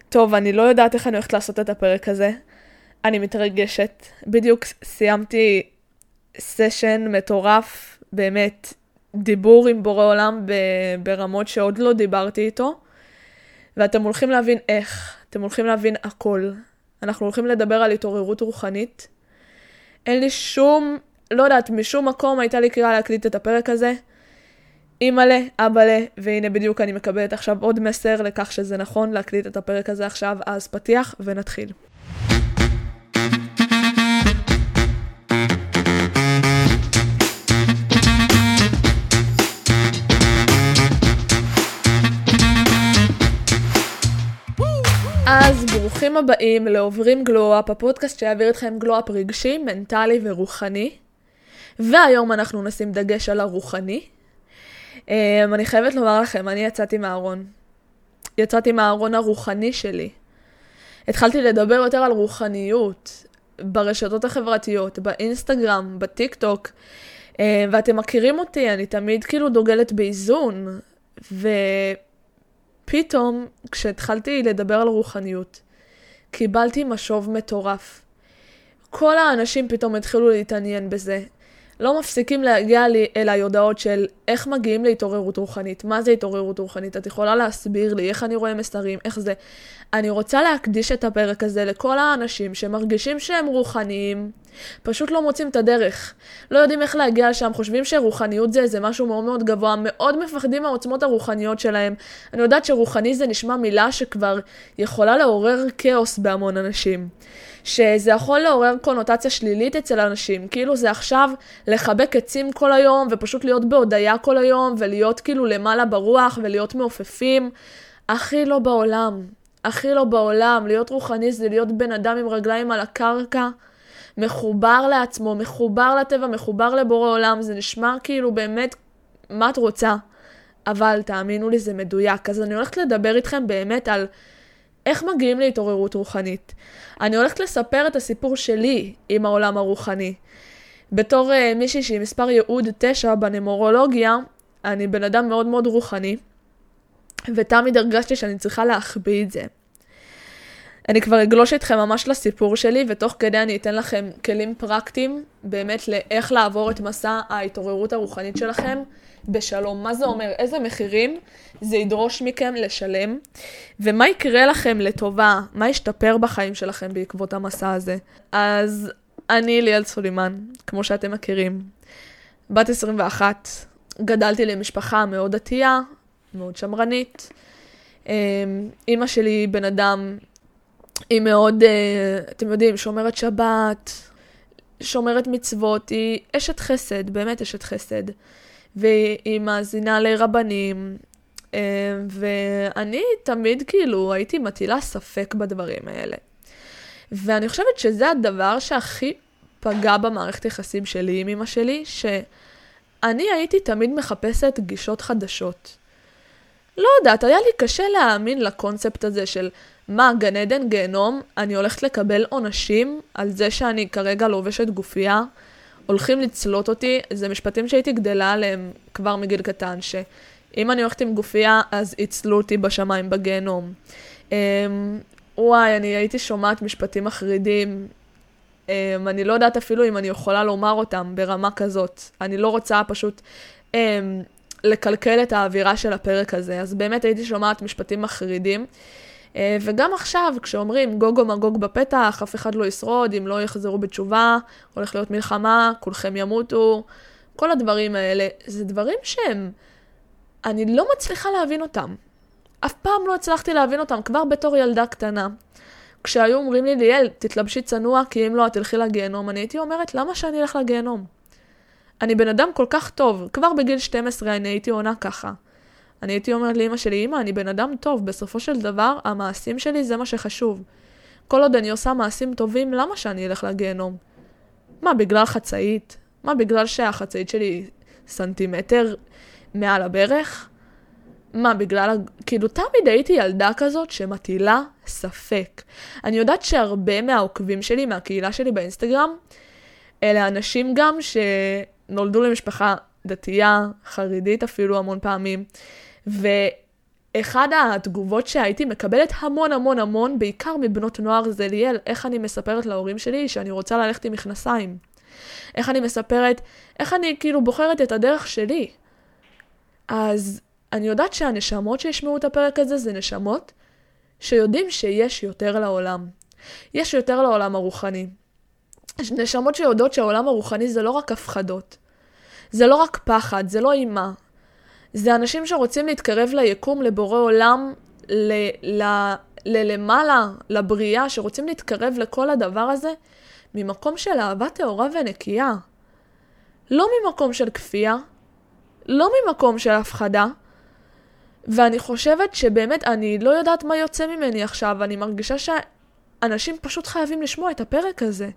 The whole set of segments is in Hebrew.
טוב, אני לא יודעת איך אני הולכת לעשות את הפרק הזה. אני מתרגשת. בדיוק סיימתי סשן מטורף, באמת, דיבור עם בורא עולם ברמות שעוד לא דיברתי איתו. ואתם הולכים להבין איך. אתם הולכים להבין הכל. אנחנו הולכים לדבר על התעוררות רוחנית. אין לי שום, לא יודעת, משום מקום הייתה לי קריאה להקליט את הפרק הזה. אימא'לה, אבא'לה, והנה בדיוק אני מקבלת עכשיו עוד מסר לכך שזה נכון להקליט את הפרק הזה עכשיו, אז פתיח ונתחיל. אז ברוכים הבאים לעוברים גלו-אפ, הפודקאסט שיעביר אתכם גלו-אפ רגשי, מנטלי ורוחני. והיום אנחנו נשים דגש על הרוחני. אני חייבת לומר לכם, אני יצאתי מהארון. יצאתי מהארון הרוחני שלי. התחלתי לדבר יותר על רוחניות ברשתות החברתיות, באינסטגרם, בטיק טוק. ואתם מכירים אותי, אני תמיד כאילו דוגלת באיזון. ופתאום, כשהתחלתי לדבר על רוחניות, קיבלתי משוב מטורף. כל האנשים פתאום התחילו להתעניין בזה. לא מפסיקים להגיע לי אל היודעות של איך מגיעים להתעוררות רוחנית. מה זה התעוררות רוחנית? את יכולה להסביר לי איך אני רואה מסרים, איך זה. אני רוצה להקדיש את הפרק הזה לכל האנשים שמרגישים שהם רוחניים, פשוט לא מוצאים את הדרך. לא יודעים איך להגיע לשם, חושבים שרוחניות זה משהו מאוד מאוד גבוה, מאוד מפחדים מהעוצמות הרוחניות שלהם. אני יודעת שרוחני זה נשמע מילה שכבר יכולה לעורר כאוס בהמון אנשים. שזה יכול לעורר קונוטציה שלילית אצל אנשים, כאילו זה עכשיו לחבק עצים כל היום ופשוט להיות בהודעה כל היום ולהיות כאילו למעלה ברוח ולהיות מעופפים. הכי לא בעולם, הכי לא בעולם. להיות רוחני זה להיות בן אדם עם רגליים על הקרקע, מחובר לעצמו, מחובר לטבע, מחובר לבורא עולם. זה נשמע כאילו באמת מה את רוצה, אבל תאמינו לי זה מדויק. אז אני הולכת לדבר איתכם באמת על איך מגיעים להתעוררות רוחנית. אני הולכת לספר את הסיפור שלי עם העולם הרוחני. בתור מישהי שהיא מספר ייעוד 9 בנומרולוגיה, אני בן אדם מאוד מאוד רוחני, ותמיד הרגשתי שאני צריכה להחביא את זה. אני כבר אגלוש אתכם ממש לסיפור שלי, ותוך כדי אני אתן לכם כלים פרקטיים, באמת לאיך לעבור את מסע ההתעוררות הרוחנית שלכם בשלום. מה זה אומר? איזה מחירים זה ידרוש מכם לשלם, ומה יקרה לכם לטובה, מה ישתפר בחיים שלכם בעקבות המסע הזה. אז אני ליאל סולימן, כמו שאתם מכירים, בת 21, גדלתי למשפחה מאוד דתייה, מאוד שמרנית. אמא שלי בן אדם, היא מאוד, אתם יודעים, שומרת שבת, שומרת מצוות, היא אשת חסד, באמת אשת חסד. והיא מאזינה לרבנים, ואני תמיד כאילו הייתי מטילה ספק בדברים האלה. ואני חושבת שזה הדבר שהכי פגע במערכת יחסים שלי עם אמא שלי, שאני הייתי תמיד מחפשת גישות חדשות. לא יודעת, היה לי קשה להאמין לקונספט הזה של מה, גן עדן, גיהנום, אני הולכת לקבל עונשים על זה שאני כרגע לובשת גופייה, הולכים לצלות אותי. זה משפטים שהייתי גדלה עליהם כבר מגיל קטן, שאם אני הולכת עם גופייה, אז יצלו אותי בשמיים בגיהנום. וואי, אני הייתי שומעת משפטים מחרידים, אני לא יודעת אפילו אם אני יכולה לומר אותם ברמה כזאת. אני לא רוצה פשוט לקלקל את האווירה של הפרק הזה, אז באמת הייתי שומעת משפטים מחרידים. וגם עכשיו, כשאומרים גוג ומגוג בפתח, אף אחד לא ישרוד, אם לא יחזרו בתשובה, הולך להיות מלחמה, כולכם ימותו, כל הדברים האלה, זה דברים שהם, אני לא מצליחה להבין אותם. אף פעם לא הצלחתי להבין אותם, כבר בתור ילדה קטנה. כשהיו אומרים לי, ליאל, תתלבשי צנוע, כי אם לא, את תלכי לגיהנום. אני הייתי אומרת, למה שאני אלך לגיהנום? אני בן אדם כל כך טוב, כבר בגיל 12 אני הייתי עונה ככה. אני הייתי אומרת לאמא שלי, אמא, אני בן אדם טוב, בסופו של דבר, המעשים שלי זה מה שחשוב. כל עוד אני עושה מעשים טובים, למה שאני אלך לגיהנום? מה, בגלל חצאית? מה, בגלל שהחצאית שלי סנטימטר מעל הברך? מה, בגלל, כאילו תמיד הייתי ילדה כזאת שמטילה ספק. אני יודעת שהרבה מהעוקבים שלי, מהקהילה שלי באינסטגרם, אלה אנשים גם שנולדו למשפחה דתייה, חרדית אפילו המון פעמים, אחד התגובות שהייתי מקבלת המון המון המון, בעיקר מבנות נוער, זה ליאל, איך אני מספרת להורים שלי שאני רוצה ללכת עם מכנסיים. איך אני מספרת, איך אני כאילו בוחרת את הדרך שלי. אז אני יודעת שהנשמות שישמעו את הפרק הזה זה נשמות שיודעים שיש יותר לעולם. יש יותר לעולם הרוחני. נשמות שיודעות שהעולם הרוחני זה לא רק הפחדות. זה לא רק פחד, זה לא אימה. זה אנשים שרוצים להתקרב ליקום, לבורא עולם, למעלה, לבריאה, שרוצים להתקרב לכל הדבר הזה, ממקום של אהבה טהורה ונקייה. לא ממקום של כפייה, לא ממקום של הפחדה, ואני חושבת שבאמת אני לא יודעת מה יוצא ממני עכשיו, אני מרגישה שאנשים פשוט חייבים לשמוע את הפרק הזה.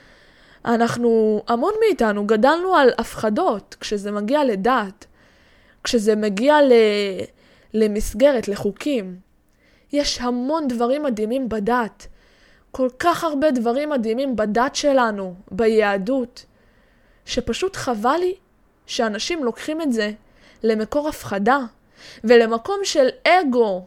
אנחנו, המון מאיתנו, גדלנו על הפחדות, כשזה מגיע לדת, כשזה מגיע למסגרת, לחוקים. יש המון דברים מדהימים בדת, כל כך הרבה דברים מדהימים בדת שלנו, ביהדות, שפשוט חבל לי שאנשים לוקחים את זה למקור הפחדה, ולמקום של אגו.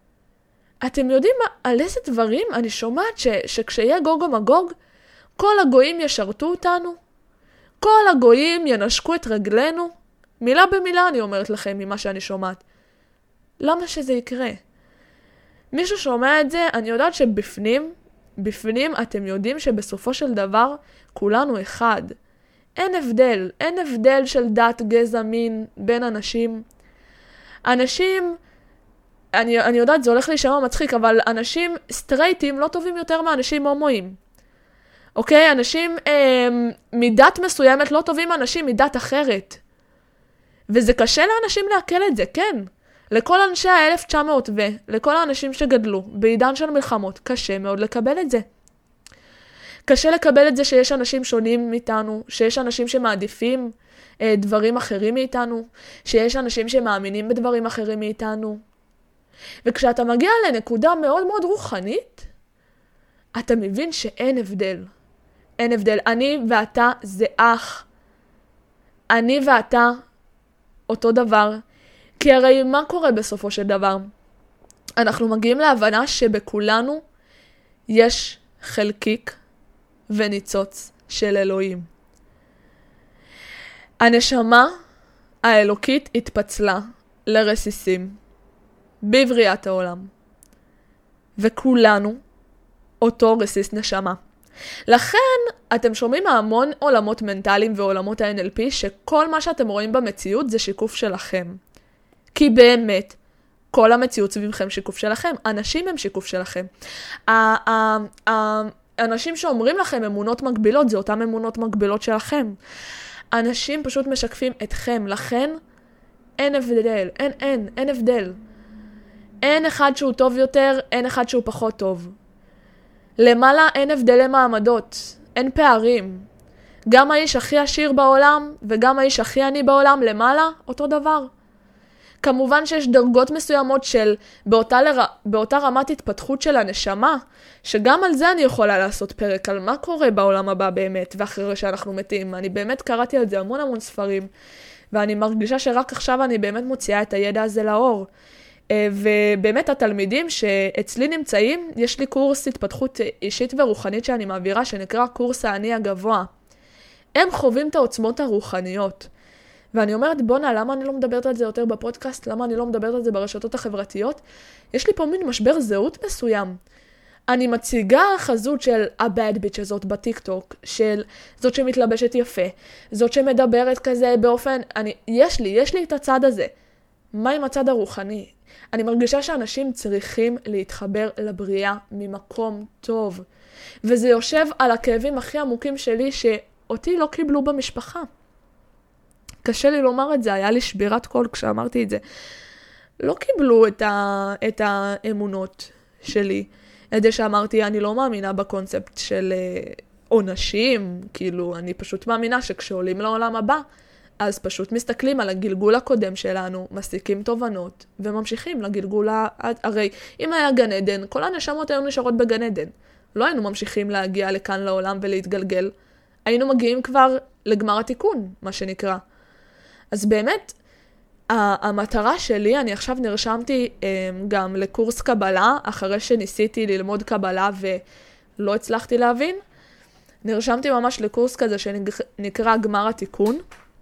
אתם יודעים על איזה דברים אני שומעת שכשיהיה גוג ומגוג, כל הגויים ישרתו אותנו, כל הגויים ינשקו את רגלינו, מילה במילה אני אומרת לכם ממה שאני שומעת. למה שזה יקרה? מישהו שומע את זה, אני יודעת שבפנים אתם יודעים שבסופו של דבר כולנו אחד. אין הבדל של דת, גזע, מין בין אנשים. אנשים, אני יודעת זה הולך להישמע מצחיק, אבל אנשים סטרייטים לא טובים יותר מאנשים הומואים. אוקיי? אנשים מדת מסוימת לא טובים אנשים מדת אחרת. וזה קשה לאנשים להקל את זה, כן. לכל אנשי ה-1900 ולכל האנשים שגדלו בעידן של מלחמות, קשה מאוד לקבל את זה. קשה לקבל את זה שיש אנשים שונים מאיתנו, שיש אנשים שמעדיפים דברים אחרים מאיתנו, שיש אנשים שמאמינים בדברים אחרים מאיתנו. וכשאתה מגיע לנקודה מאוד מאוד רוחנית, אתה מבין שאין הבדל. אין הבדל. אני ואתה זה אח. אני ואתה אותו דבר. כי הרי מה קורה בסופו של דבר? אנחנו מגיעים להבנה שבכולנו יש חלקיק וניצוץ של אלוהים. הנשמה האלוקית התפצלה לרסיסים בבריאת העולם. וכולנו אותו רסיס נשמה. לכן אתם שומעים מהמון עולמות מנטליים ועולמות ה-NLP שכל מה שאתם רואים במציאות זה שיקוף שלכם. כי באמת כל המציאות סביבכם שיקוף שלכם. אנשים הם שיקוף שלכם. אנשים שאומרים לכם אמונות מגבילות, זה אותם אמונות מגבילות שלכם. אנשים פשוט משקפים אתכם, לכן אין הבדל, אין הבדל. אין אחד שהוא טוב יותר, אין אחד שהוא פחות טוב. למעלה אין הבדלי מעמדות, אין פערים. גם האיש הכי עשיר בעולם וגם האיש הכי עני בעולם, למעלה אותו דבר. כמובן שיש דרגות מסוימות של באותה רמת התפתחות של הנשמה, שגם על זה אני יכולה לעשות פרק על מה קורה בעולם הבא באמת, ואחרי שאנחנו מתים. אני באמת קראתי על זה המון ספרים, ואני מרגישה שרק עכשיו אני באמת מוציאה את הידע הזה לאור. ובאמת התלמידים שאצלי נמצאים, יש לי קורס התפתחות אישית ורוחנית שאני מעבירה, שנקרא קורס האני הגבוה. הם חווים את העוצמות הרוחניות. ואני אומרת, בונה, למה אני לא מדברת על זה יותר בפודקאסט? למה אני לא מדברת על זה ברשתות החברתיות? יש לי פה מין משבר זהות מסוים. אני מציגה חזות של ה-bad bitch הזאת בטיקטוק, של זאת שמתלבשת יפה, זאת שמדברת כזה באופן, יש לי את הצד הזה. מה עם הצד הרוחני? אני מרגישה שאנשים צריכים להתחבר לבריאה ממקום טוב. וזה יושב על הכאבים הכי עמוקים שלי שאותי לא קיבלו במשפחה. קשה לי לומר את זה, היה לי שבירת קול כשאמרתי את זה. לא קיבלו את האמונות שלי. את זה שאמרתי, אני לא מאמינה בקונספט של עונשים, כאילו, אני פשוט מאמינה שכשעולים לעולם הבא, אז פשוט מסתכלים על הגלגול הקודם שלנו, מסיקים תובנות, וממשיכים לגלגול, הרי אם היה גן עדן, כל הנשמות היו נשארות בגן עדן. לא היינו ממשיכים להגיע לכאן לעולם ולהתגלגל. היינו מגיעים כבר לגמר התיקון, מה שנקרא. אז באמת, המטרה שלי, אני עכשיו נרשמתי גם לקורס קבלה, אחרי שניסיתי ללמוד קבלה ולא הצלחתי להבין. נרשמתי ממש לקורס כזה שנקרא גמר התיקון.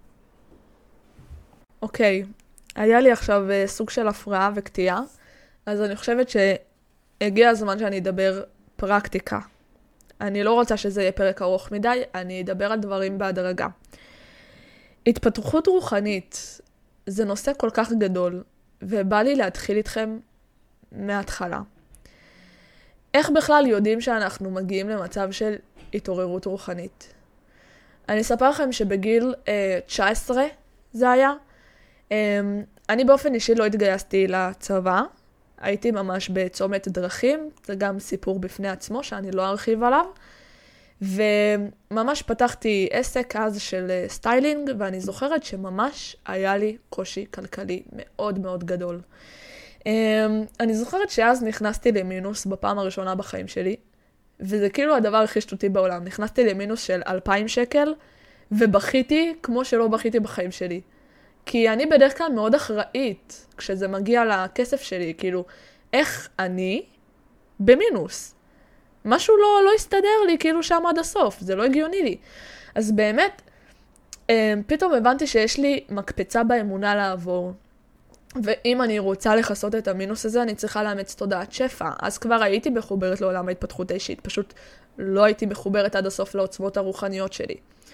אוקיי, היה לי עכשיו סוג של הפרעה וקטיעה, אז אני חושבת שהגיע הזמן שאני אדבר פרקטיקה. אני לא רוצה שזה יהיה פרק ארוך מדי, אני אדבר על דברים בהדרגה. התפתחות רוחנית זה נושא כל כך גדול, ובא לי להתחיל איתכם מההתחלה. איך בכלל יודעים שאנחנו מגיעים למצב של התעוררות רוחנית? אני אספר לכם שבגיל 19 זה היה. אני באופן אישי לא התגייסתי לצבא, הייתי ממש בצומת דרכים, זה גם סיפור בפני עצמו שאני לא ארחיב עליו, וממש פתחתי עסק אז של סטיילינג, ואני זוכרת שממש היה לי קושי כלכלי מאוד מאוד גדול. אני זוכרת שאז נכנסתי למינוס בפעם הראשונה בחיים שלי, וזה כאילו הדבר הכי שטותי בעולם. נכנסתי למינוס של 2,000 שקל, ובכיתי כמו שלא בכיתי בחיים שלי. כי אני בדרך כלל מאוד אחראית כשזה מגיע לכסף שלי, כאילו, איך אני במינוס? משהו לא הסתדר לי כאילו שם עד הסוף, זה לא הגיוני לי. אז באמת, פתאום הבנתי שיש לי מקפצה באמונה לעבור. ואם אני רוצה לחסות את המינוס הזה, אני צריכה לאמץ תודעת שפע. אז כבר הייתי מחוברת לעולם ההתפתחות האישית, פשוט לא הייתי מחוברת עד הסוף לעוצמות הרוחניות שלי.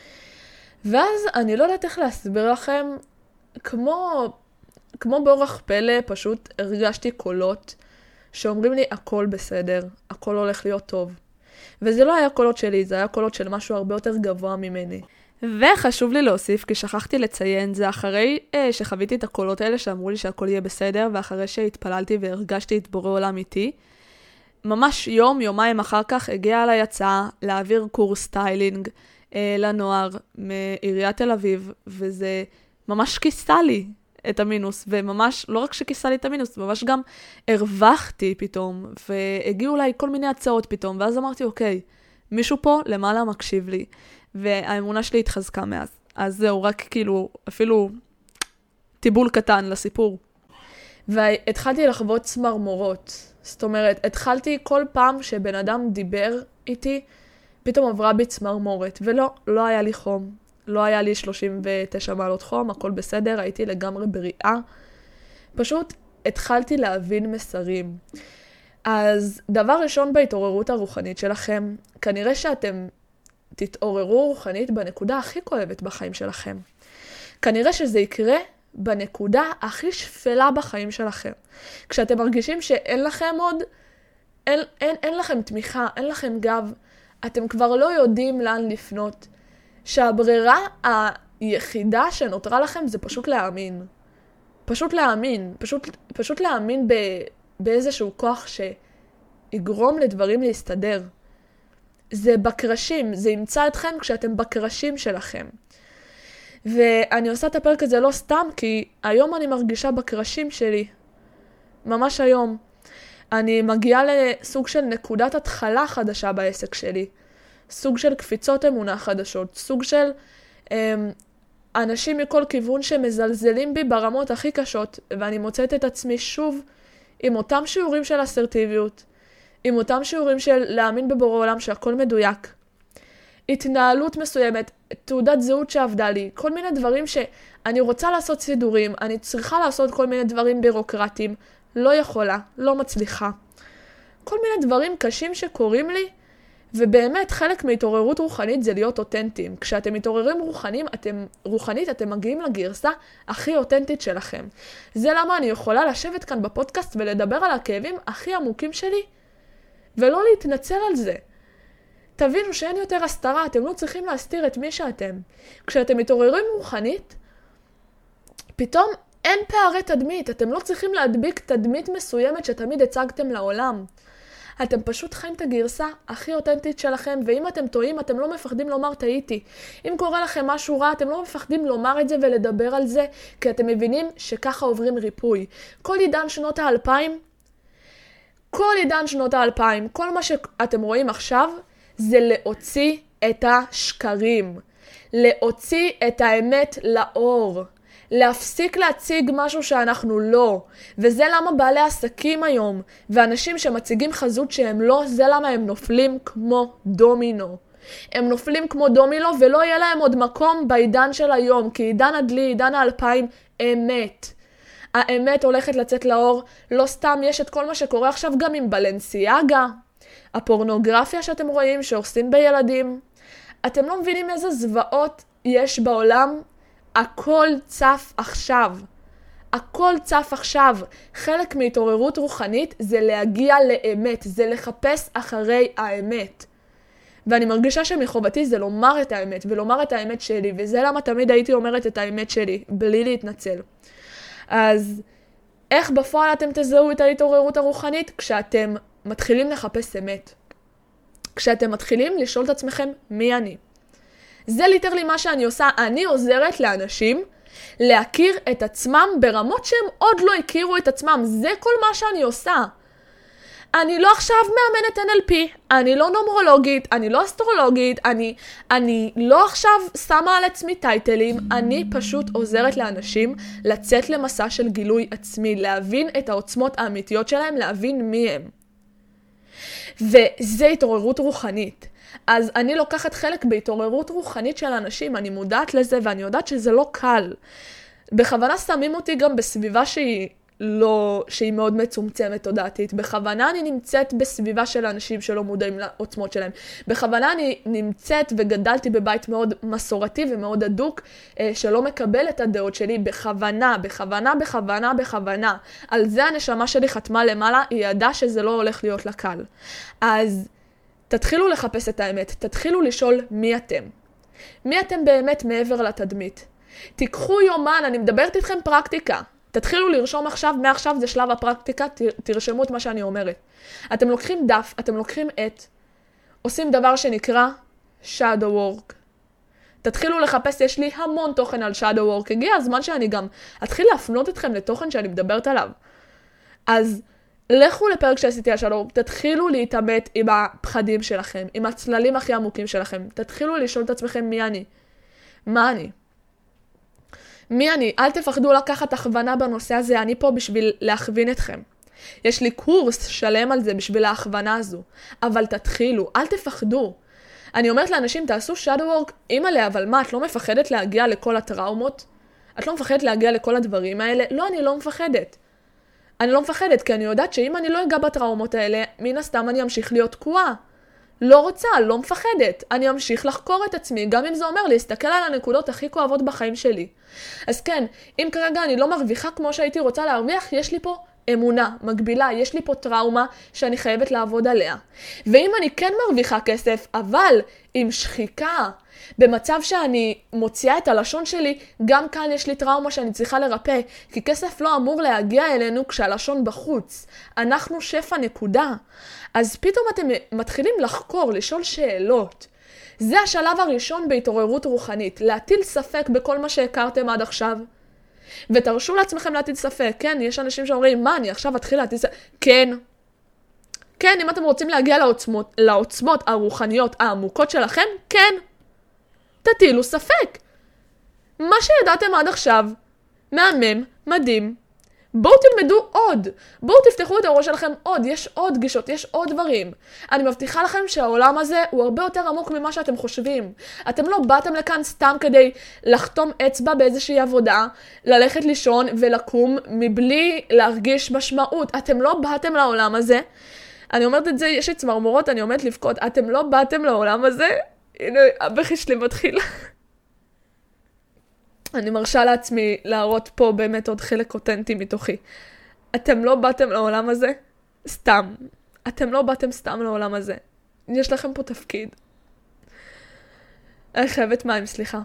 ואז אני לא יודעת איך להסביר לכם, כמו באורח פלא, פשוט הרגשתי קולות שאומרים לי הכל בסדר, הכל הולך להיות טוב. וזה לא היה קולות שלי, זה היה קולות של משהו הרבה יותר גבוה ממני. וחשוב לי להוסיף, כי שכחתי לציין, זה אחרי שחוויתי את הקולות האלה שאמרו לי שהכל יהיה בסדר, ואחרי שהתפללתי והרגשתי את בורא עולם איתי, ממש יומיים אחר כך הגיעה עליי הצעה להעביר קורס סטיילינג לנוער מעיריית תל אביב, וזה ממש כיסה לי את המינוס, וממש, לא רק שכיסה לי את המינוס, ממש גם הרווחתי פתאום, והגיעו אליי כל מיני הצעות פתאום, ואז אמרתי, אוקיי, מישהו פה למעלה מקשיב לי, והאמונה שלי התחזקה מאז. אז זהו, רק כאילו, אפילו טיבול קטן לסיפור. והתחלתי לחוות צמרמורות. זאת אומרת, התחלתי כל פעם שבן אדם דיבר איתי, פתאום עברה בי צמרמורת, לא היה לי חום. לא היה לי 39 מעלות חום, הכל בסדר, הייתי לגמרי בריאה. פשוט התחלתי להבין מסרים. אז דבר ראשון בהתעוררות הרוחנית שלכם, כנראה שאתם תתעוררו רוחנית בנקודה הכי כואבת בחיים שלכם. כנראה שזה יקרה בנקודה הכי שפלה בחיים שלכם. כשאתם מרגישים שאין לכם עוד, אין לכם תמיכה, אין לכם גב, אתם כבר לא יודעים לאן לפנות. שהברירה היחידה שנותרה לכם זה פשוט להאמין. פשוט להאמין באיזשהו כוח שיגרום לדברים להסתדר. זה בקרשים, זה ימצא אתכם כשאתם בקרשים שלכם. ואני עושה את הפרק הזה לא סתם, כי היום אני מרגישה בקרשים שלי. ממש היום. אני מגיעה לסוג של נקודת התחלה חדשה בעסק שלי. סוג של קפיצות אמונה חדשות. סוג של אנשים מכל כיוון שמזלזלים בי ברמות הכי קשות. ואני מוצאת את עצמי שוב עם אותם שיעורים של אסרטיביות. עם אותם שיעורים של להאמין בבורא עולם שהכל מדויק. התנהלות מסוימת, תעודת זהות שעבדה לי, כל מיני דברים שאני רוצה לעשות סידורים, אני צריכה לעשות כל מיני דברים בירוקרטיים, לא יכולה, לא מצליחה. כל מיני דברים קשים שקורים לי, ובאמת חלק מהתעוררות רוחנית זה להיות אותנטיים. כשאתם מתעוררים רוחנית, אתם מגיעים לגרסה הכי אותנטית שלכם. זה למה אני יכולה לשבת כאן בפודקאסט ולדבר על הכאבים הכי עמוקים שלי, ולא להתנצל על זה. תבינו שאין יותר הסתרה, אתם לא צריכים להסתיר את מי שאתם. כשאתם מתעוררים רוחנית, פתאום אין פערי תדמית, אתם לא צריכים להדביק תדמית מסוימת שתמיד הצגתם לעולם. אתם פשוט חיים את הגרסה הכי אותנטית שלכם, ואם אתם טועים, אתם לא מפחדים לומר טעיתי. אם קורה לכם משהו רע, אתם לא מפחדים לומר את זה ולדבר על זה, כי אתם מבינים שככה עוברים ריפוי. כל עידן שנות ה-2000, כל מה שאתם רואים עכשיו, זה להוציא את השקרים, להוציא את האמת לאור, להפסיק להציג משהו שאנחנו לא. וזה למה בעלי עסקים היום, ואנשים שמציגים חזות שהם לא, זה למה הם נופלים כמו דומינו. הם נופלים כמו דומינו ולא יהיה להם עוד מקום בעידן של היום, כי עידן הדלי, עידן ה-2000, אמת. האמת הולכת לצאת לאור, לא סתם יש את כל מה שקורה עכשיו גם עם בלנסיאגה, הפורנוגרפיה שאתם רואים שעושים בילדים. אתם לא מבינים איזה זוועות יש בעולם, הכל צף עכשיו. הכל צף עכשיו. חלק מהתעוררות רוחנית זה להגיע לאמת, זה לחפש אחרי האמת. ואני מרגישה שמחובתי זה לומר את האמת, ולומר את האמת שלי, וזה למה תמיד הייתי אומרת את האמת שלי, בלי להתנצל. אז איך בפועל אתם תזהו את ההתעוררות הרוחנית? כשאתם מתחילים לחפש אמת. כשאתם מתחילים לשאול את עצמכם מי אני. זה ליטרלי מה שאני עושה. אני עוזרת לאנשים להכיר את עצמם ברמות שהם עוד לא הכירו את עצמם. זה כל מה שאני עושה. אני לא עכשיו מאמנת NLP, אני לא נומרולוגית, אני לא אסטרולוגית, אני לא עכשיו שמה על עצמי טייטלים, אני פשוט עוזרת לאנשים לצאת למסע של גילוי עצמי, להבין את העוצמות האמיתיות שלהם, להבין מי הם. וזה התעוררות רוחנית. אז אני לוקחת חלק בהתעוררות רוחנית של אנשים, אני מודעת לזה ואני יודעת שזה לא קל. בכוונה שמים אותי גם בסביבה שהיא מאוד מצומצמת תודעתית. בכוונה אני נמצאת בסביבה של אנשים שלא מודעים לעוצמות שלהם. בכוונה אני נמצאת וגדלתי בבית מאוד מסורתי ומאוד הדוק, שלא מקבל את הדעות שלי. בכוונה. על זה הנשמה שלי חתמה למעלה, היא ידעה שזה לא הולך להיות לה קל. אז תתחילו לחפש את האמת, תתחילו לשאול מי אתם. מי אתם באמת מעבר לתדמית. תיקחו יומן, אני מדברת איתכם פרקטיקה. תתחילו לרשום עכשיו, מעכשיו זה שלב הפרקטיקה, תרשמו את מה שאני אומרת. אתם לוקחים דף, אתם לוקחים עושים דבר שנקרא shadow work. תתחילו לחפש, יש לי המון תוכן על shadow work, הגיע הזמן שאני גם אתחיל להפנות אתכם לתוכן שאני מדברת עליו. אז לכו לפרק שעשיתי על shadow work, תתחילו להתאמת עם הפחדים שלכם, עם הצללים הכי עמוקים שלכם, תתחילו לשאול את עצמכם מי אני, מה אני. מי אני? אל תפחדו לקחת הכוונה בנושא הזה, אני פה בשביל להכווין אתכם. יש לי קורס שלם על זה בשביל ההכוונה הזו, אבל תתחילו, אל תפחדו. אני אומרת לאנשים, תעשו shadow work, אימא'לה, אבל מה, את לא מפחדת להגיע לכל הטראומות? את לא מפחדת להגיע לכל הדברים האלה? לא, אני לא מפחדת. אני לא מפחדת, כי אני יודעת שאם אני לא אגע בטראומות האלה, מן הסתם אני אמשיך להיות תקועה. לא רוצה, לא מפחדת. אני אמשיך לחקור את עצמי, גם אם זה אומר להסתכל על הנקודות הכי כואבות בחיים שלי. אז כן, אם כרגע אני לא מרוויחה כמו שהייתי רוצה להרוויח, יש לי פה אמונה מקבילה, יש לי פה טראומה שאני חייבת לעבוד עליה. ואם אני כן מרוויחה כסף, אבל עם שחיקה, במצב שאני מוציאה את הלשון שלי, גם כאן יש לי טראומה שאני צריכה לרפא, כי כסף לא אמור להגיע אלינו כשהלשון בחוץ. אנחנו שפע נקודה. אז פתאום אתם מתחילים לחקור, לשאול שאלות. זה השלב הראשון בהתעוררות רוחנית, להטיל ספק בכל מה שהכרתם עד עכשיו. ותרשו לעצמכם להטיל ספק. כן, יש אנשים שאומרים, מה, אני עכשיו אתחיל להטיל ספק? כן. כן, אם אתם רוצים להגיע לעוצמות הרוחניות העמוקות שלכם, כן. תטילו ספק. מה שידעתם עד עכשיו, מהמם, מדהים. בואו תלמדו עוד. בואו תפתחו את הראש שלכם עוד. יש עוד גישות, יש עוד דברים. אני מבטיחה לכם שהעולם הזה הוא הרבה יותר עמוק ממה שאתם חושבים. אתם לא באתם לכאן סתם כדי לחתום אצבע באיזושהי עבודה, ללכת לישון ולקום מבלי להרגיש משמעות. אתם לא באתם לעולם הזה. אני אומרת את זה, יש לי צמרמורות, אני עומדת לבכות. אתם לא באתם לעולם הזה. הנה, הבכי שלי מתחיל. אני מרשה לעצמי להראות פה באמת עוד חלק אותנטי מתוכי. אתם לא באתם לעולם הזה סתם. אתם לא באתם סתם לעולם הזה. יש לכם פה תפקיד. אני חייבת מים, סליחה.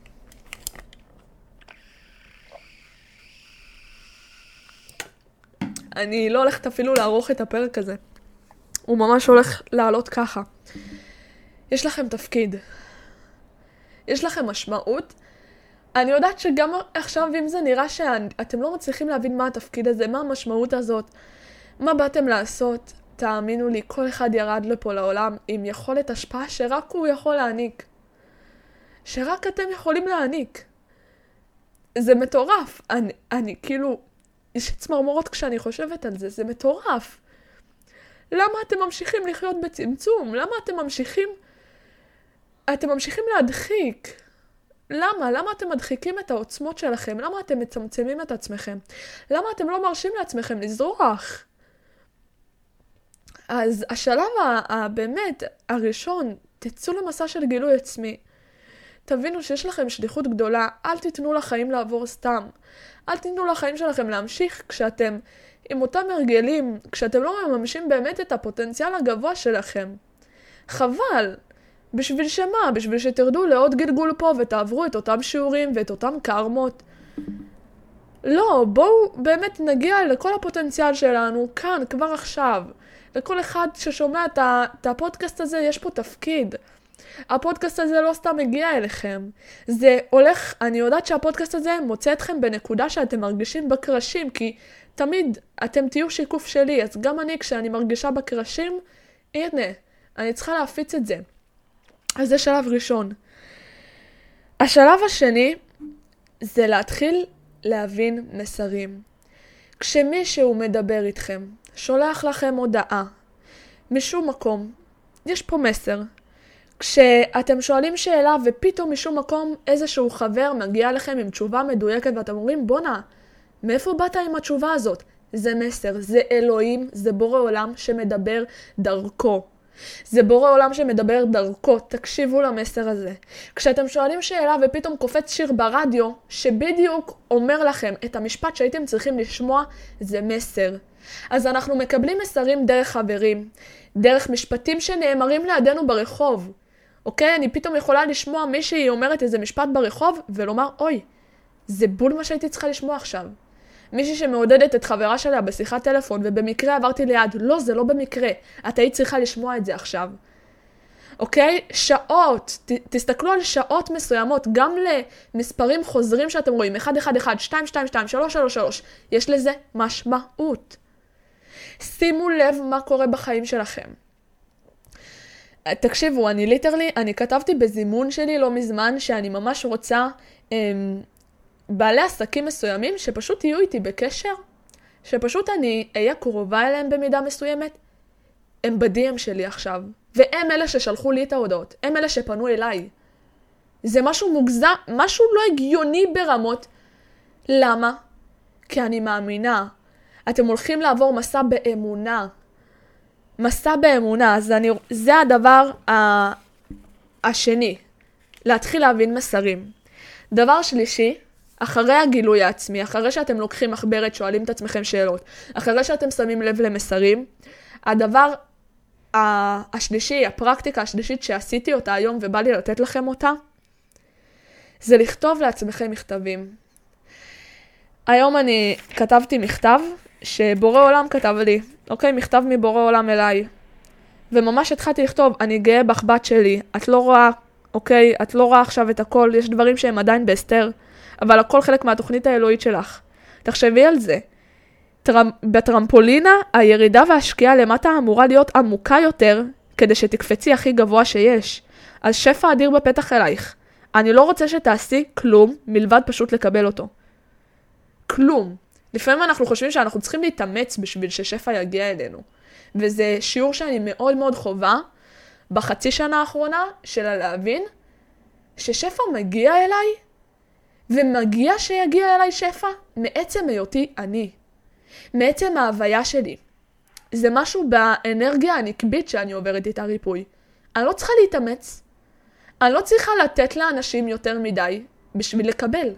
אני לא הולכת אפילו לערוך את הפרק הזה. הוא ממש הולך לעלות ככה. יש לכם תפקיד. יש לכם משמעות. אני יודעת שגם עכשיו, אם זה נראה שאתם לא מצליחים להבין מה התפקיד הזה, מה המשמעות הזאת, מה באתם לעשות, תאמינו לי, כל אחד ירד לפה לעולם עם יכולת השפעה שרק הוא יכול להעניק. שרק אתם יכולים להעניק. זה מטורף. אני כאילו, יש צמרמורות כשאני חושבת על זה, זה מטורף. למה אתם ממשיכים לחיות בצמצום? למה אתם ממשיכים להדחיק? למה? למה אתם מדחיקים את העוצמות שלכם? למה אתם מצמצמים את עצמכם? למה אתם לא מרשים לעצמכם לזרוח? אז השלב באמת הראשון, תצאו למסע של גילוי עצמי. תבינו שיש לכם שליחות גדולה, אל תיתנו לחיים לעבור סתם. אל תיתנו לחיים שלכם להמשיך כשאתם עם אותם הרגלים, כשאתם לא מממשים באמת את הפוטנציאל הגבוה שלכם. חבל. בשביל שמה? בשביל שתרדו לעוד גלגול פה ותעברו את אותם שיעורים ואת אותם קרמות. לא, בואו באמת נגיע לכל הפוטנציאל שלנו כאן, כבר עכשיו. לכל אחד ששומע את הפודקאסט הזה, יש פה תפקיד. הפודקאסט הזה לא סתם מגיע אליכם. זה הולך, אני יודעת שהפודקאסט הזה מוצא אתכם בנקודה שאתם מרגישים בקרשים, כי תמיד אתם תהיו שיקוף שלי, אז גם אני כשאני מרגישה בקרשים, הנה, אני צריכה להפיץ את זה. אז זה שלב ראשון. השלב השני זה להתחיל להבין מסרים. כשמישהו מדבר איתכם, שולח לכם הודעה, משום מקום, יש פה מסר. כשאתם שואלים שאלה ופתאום משום מקום איזשהו חבר מגיע לכם עם תשובה מדויקת ואתם אומרים, בונה, מאיפה באת עם התשובה הזאת? זה מסר, זה אלוהים, זה בורא עולם שמדבר דרכו. זה בורא עולם שמדבר דרכו, תקשיבו למסר הזה. כשאתם שואלים שאלה ופתאום קופץ שיר ברדיו שבדיוק אומר לכם את המשפט שהייתם צריכים לשמוע, זה מסר. אז אנחנו מקבלים מסרים דרך חברים, דרך משפטים שנאמרים לידינו ברחוב. אוקיי? אני פתאום יכולה לשמוע מישהי אומרת איזה משפט ברחוב ולומר, אוי, זה בול מה שהייתי צריכה לשמוע עכשיו. מישהי שמעודדת את חברה שלה בשיחת טלפון ובמקרה עברתי ליד, לא, זה לא במקרה, את היית צריכה לשמוע את זה עכשיו. אוקיי? שעות, תסתכלו על שעות מסוימות, גם למספרים חוזרים שאתם רואים, 111, 222, 333, יש לזה משמעות. שימו לב מה קורה בחיים שלכם. תקשיבו, אני כתבתי בזימון שלי לא מזמן שאני ממש רוצה בעלי עסקים מסוימים שפשוט יהיו איתי בקשר, שפשוט אני אהיה קרובה אליהם במידה מסוימת. הם בדי.אם שלי עכשיו, והם אלה ששלחו לי את ההודעות, הם אלה שפנו אליי. זה משהו מוגזם, משהו לא הגיוני ברמות. למה? כי אני מאמינה. אתם הולכים לעבור מסע באמונה. מסע באמונה, אז זה הדבר השני, להתחיל להבין מסרים. דבר שלישי, אחרי הגילוי העצמי, אחרי שאתם לוקחים מחברת, שואלים את עצמכם שאלות, אחרי שאתם שמים לב למסרים, הדבר השלישי, הפרקטיקה השלישית שעשיתי אותה היום ובא לי לתת לכם אותה, זה לכתוב לעצמכם מכתבים. היום אני כתבתי מכתב שבורא עולם כתב לי, אוקיי, מכתב מבורא עולם אליי. וממש התחלתי לכתוב, אני גאה בך בת שלי, את לא רואה, אוקיי, את לא רואה עכשיו את הכל, יש דברים שהם עדיין בהסתר, אבל הכל חלק מהתוכנית האלוהית שלך. תחשבי על זה. בטרמפולינה, הירידה והשקיעה למטה אמורה להיות עמוקה יותר, כדי שתקפצי הכי גבוה שיש. אז שפע אדיר בפתח אלייך. אני לא רוצה שתעשי כלום, מלבד פשוט לקבל אותו. כלום. לפעמים אנחנו חושבים שאנחנו צריכים להתאמץ בשביל ששפע יגיע אלינו. וזה שיעור שאני מאוד מאוד חובה בחצי שנה האחרונה של להבין ששפע מגיע אליי, ומגיע שיגיע אליי שפע מעצם היותי אני. מעצם ההוויה שלי. זה משהו באנרגיה הנקבית שאני עוברת איתה ריפוי. אני לא צריכה להתאמץ. אני לא צריכה לתת לאנשים יותר מדי בשביל לקבל.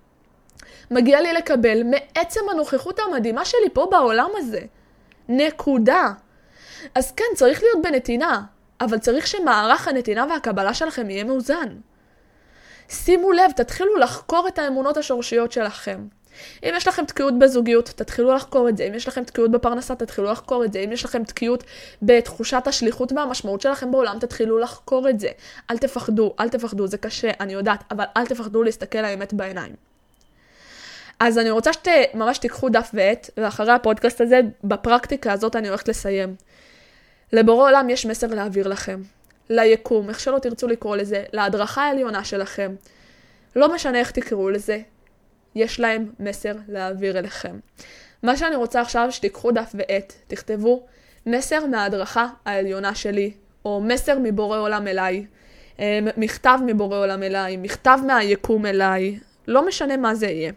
מגיע לי לקבל מעצם הנוכחות המדהימה שלי פה בעולם הזה. נקודה. אז כן, צריך להיות בנתינה, אבל צריך שמערך הנתינה והקבלה שלכם יהיה מאוזן. שימו לב, תתחילו לחקור את האמונות השורשיות שלכם. אם יש לכם תקיעות בזוגיות, תתחילו לחקור את זה. אם יש לכם תקיעות בפרנסה, תתחילו לחקור את זה. אם יש לכם תקיעות בתחושת השליחות והמשמעות שלכם בעולם, תתחילו לחקור את זה. אל תפחדו, אל תפחדו, זה קשה, אני יודעת, אבל אל תפחדו להסתכל האמת בעיניים. אז אני רוצה שממש תיקחו דף ועט, ואחרי הפודקאסט הזה, בפרקטיקה הזאת אני הולכת לסיים. לבורא עולם יש מסר להעביר לכם. ליקום, איך שלא תרצו לקרוא לזה, להדרכה העליונה שלכם. לא משנה איך תקראו לזה. יש להם מסר להעביר אליכם. מה שאני רוצה עכשיו שתיקחו דף ועט, תכתבו מסר מההדרכה העליונה שלי, או מסר מבורא עולם אליי, מכתב מבורא עולם אליי, מכתב מהיקום אליי, לא משנה מה זה יהיה.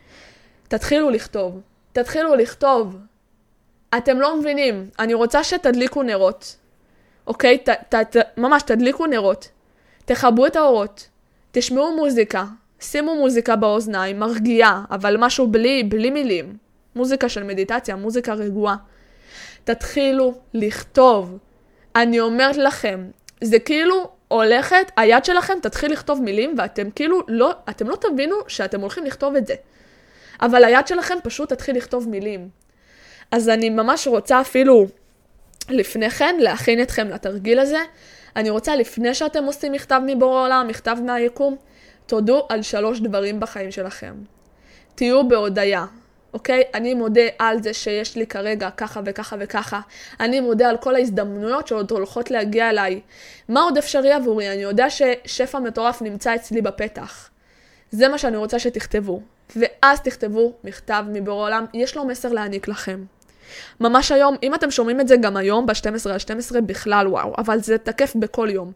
תתחילו לכתוב. אתם לא מבינים, אני רוצה שתדליקו נרות, אוקיי? ממש תדליקו נרות, תחברו את האורות, תשמעו מוזיקה, שימו מוזיקה באוזניים, מרגיעה, אבל משהו בלי מילים. מוזיקה של מדיטציה, מוזיקה רגועה. תתחילו לכתוב. אני אומרת לכם, זה כאילו הולכת, היד שלכם תתחיל לכתוב מילים, ואתם כאילו אתם לא תבינו שאתם הולכים לכתוב את זה. אבל היד שלכם פשוט תתחיל לכתוב מילים. אז אני ממש רוצה אפילו לפני כן להכין אתכם לתרגיל הזה. אני רוצה לפני שאתם עושים מכתב מבורא עולם, מכתב מהיקום, תודו על 3 דברים בחיים שלכם. תהיו בהודעה, אוקיי? אני מודה על זה שיש לי כרגע ככה וככה וככה. אני מודה על כל ההזדמנויות שעוד הולכות להגיע אליי. מה עוד אפשרי עבורי? אני יודע ששפע מטורף נמצא אצלי בפתח. זה מה שאני רוצה שתכתבו. ואז תכתבו מכתב מבורא עולם, יש לו מסר להעניק לכם. ממש היום, אם אתם שומעים את זה גם היום, ב-12/12 בכלל וואו, אבל זה תקף בכל יום.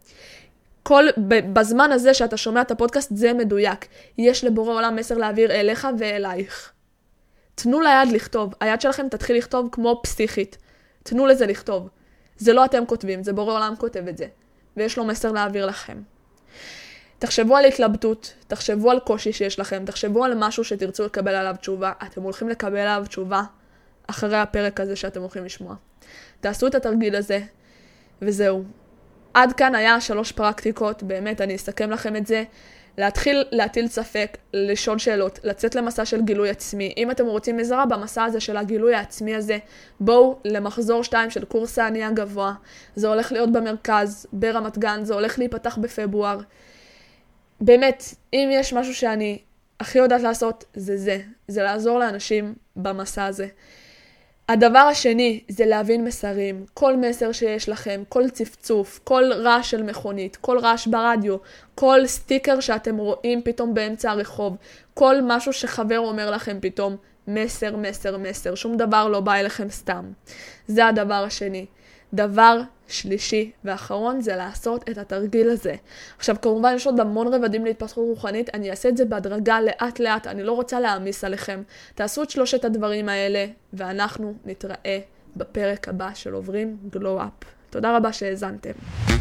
בזמן הזה שאתה שומע את הפודקאסט זה מדויק. יש לבורא עולם מסר להעביר אליך ואלייך. תנו ליד לכתוב. היד שלכם תתחיל לכתוב כמו פסיכית. תנו לזה לכתוב. זה לא אתם כותבים, זה בורא עולם כותב את זה. ויש לו מסר להעביר לכם. תחשבו על התלבטות, תחשבו על קושי שיש לכם, תחשבו על משהו שתרצו לקבל עליו תשובה. אתם הולכים לקבל עליו תשובה אחרי הפרק הזה שאתם הולכים לשמוע. תעשו את התרגיל הזה, וזהו. עד כאן היה 3 פרקטיקות, באמת אני אסכם לכם את זה. להתחיל להטיל ספק, לשאול שאלות, לצאת למסע של גילוי עצמי. אם אתם רוצים עזרה במסע הזה של הגילוי העצמי הזה, בואו למחזור 2 של קורס העני הגבוה. זה הולך להיות במרכז, ברמת גן, זה הולך להיפתח בפברואר. באמת, אם יש משהו שאני הכי יודעת לעשות, זה לעזור לאנשים במסע הזה. הדבר השני זה להבין מסרים, כל מסר שיש לכם, כל צפצוף, כל רעש של מכונית, כל רעש ברדיו, כל סטיקר שאתם רואים פתאום באמצע הרחוב, כל משהו שחבר אומר לכם פתאום, מסר, שום דבר לא בא אליכם סתם. זה הדבר השני. דבר שלישי ואחרון זה לעשות את התרגיל הזה. עכשיו כמובן יש עוד המון רבדים להתפתחות רוחנית, אני אעשה את זה בהדרגה לאט, אני לא רוצה להעמיס עליכם. תעשו את 3 הדברים האלה ואנחנו נתראה בפרק הבא של עוברים גלו אפ. תודה רבה שהאזנתם.